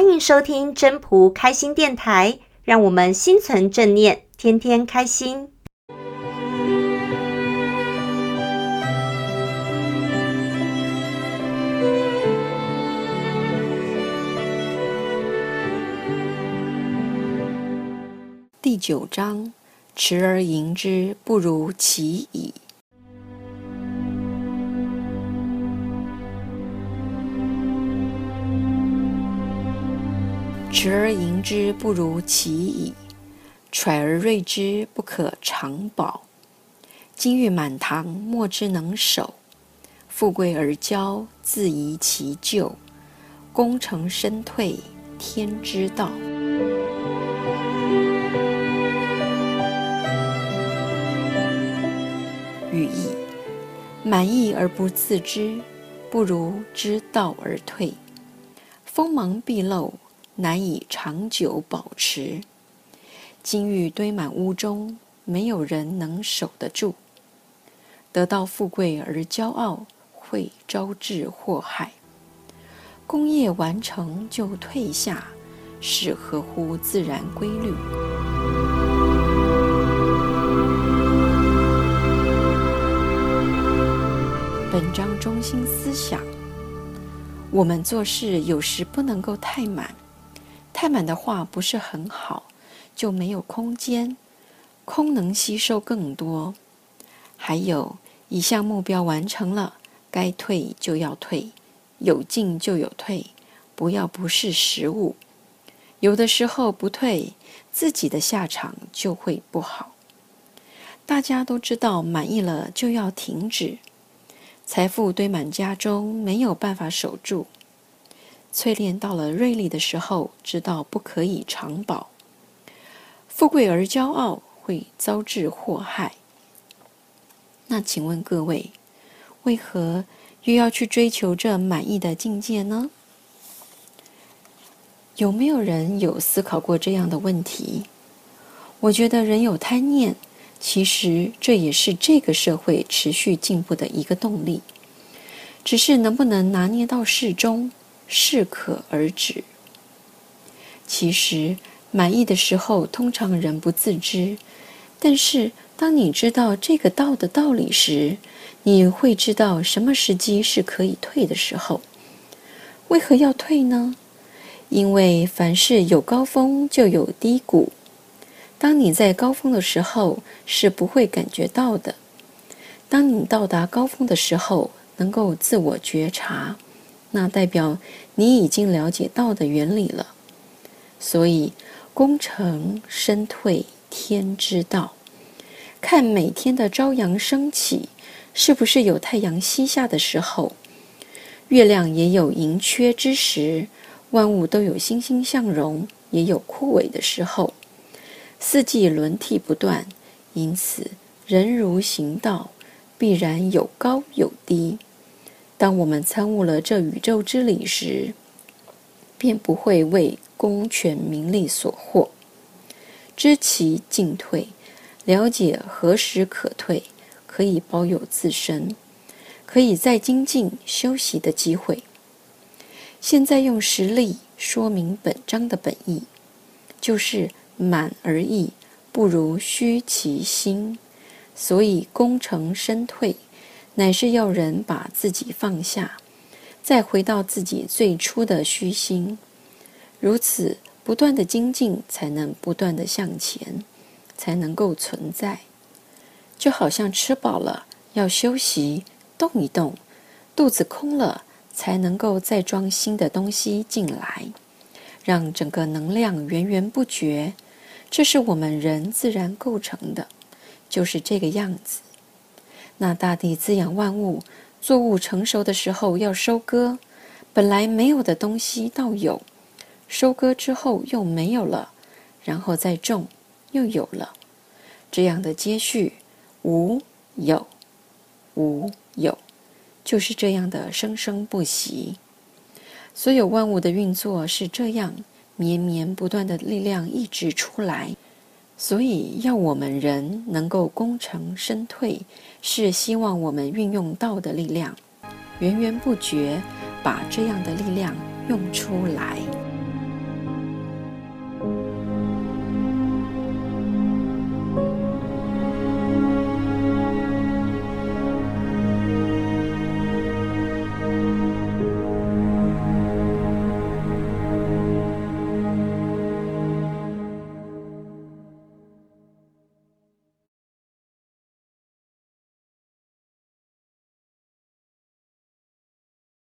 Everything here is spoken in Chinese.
欢迎收听真仆开心电台，让我们心存正念，天天开心。 第9章，持而盈之，不如其已。持而盈之，不如其已；揣而锐之，不可长保。金玉满堂，莫之能守；富贵而骄，自遗其咎。功成身退，天之道。语义：满意而不自知，不如知道而退。锋芒毕露，难以长久保持。金玉堆满屋中，没有人能守得住。得到富贵而骄傲，会招致祸害。功业完成就退下，是合乎自然规律。本章中心思想：我们做事有时不能够太满，太满的话不是很好，就没有空间，空能吸收更多。还有，一项目标完成了，该退就要退，有进就有退，不要不识时务。有的时候不退，自己的下场就会不好。大家都知道，满意了就要停止。财富堆满家中，没有办法守住。淬炼到了锐利的时候，知道不可以长保。富贵而骄傲，会遭致祸害。那请问各位，为何又要去追求这满意的境界呢？有没有人有思考过这样的问题？我觉得人有贪念，其实这也是这个社会持续进步的一个动力，只是能不能拿捏到适中，适可而止。其实满意的时候，通常人不自知，但是当你知道这个道的道理时，你会知道什么时机是可以退的时候。为何要退呢？因为凡事有高峰就有低谷。当你在高峰的时候，是不会感觉到的。当你到达高峰的时候，能够自我觉察，那代表你已经了解道的原理了。所以，功成身退，天之道。看每天的朝阳升起，是不是有太阳西下的时候？月亮也有盈缺之时，万物都有欣欣向荣，也有枯萎的时候。四季轮替不断，因此人如行道，必然有高有低。当我们参悟了这宇宙之理时，便不会为功权名利所惑。知其进退，了解何时可退，可以保有自身，可以再精进修习的机会。现在用实例说明本章的本意，就是满而溢，不如虚其心。所以功成身退，乃是要人把自己放下，再回到自己最初的虚心。如此不断的精进，才能不断的向前，才能够存在。就好像吃饱了要休息，动一动，肚子空了才能够再装新的东西进来，让整个能量源源不绝。这是我们人自然构成的，就是这个样子。那大地滋养万物，作物成熟的时候要收割，本来没有的东西倒有，收割之后又没有了，然后再种又有了，这样的接续，无有无有，就是这样的生生不息。所有万物的运作是这样绵绵不断的力量一直出来。所以要我们人能够功成身退，是希望我们运用道的力量，源源不绝把这样的力量用出来。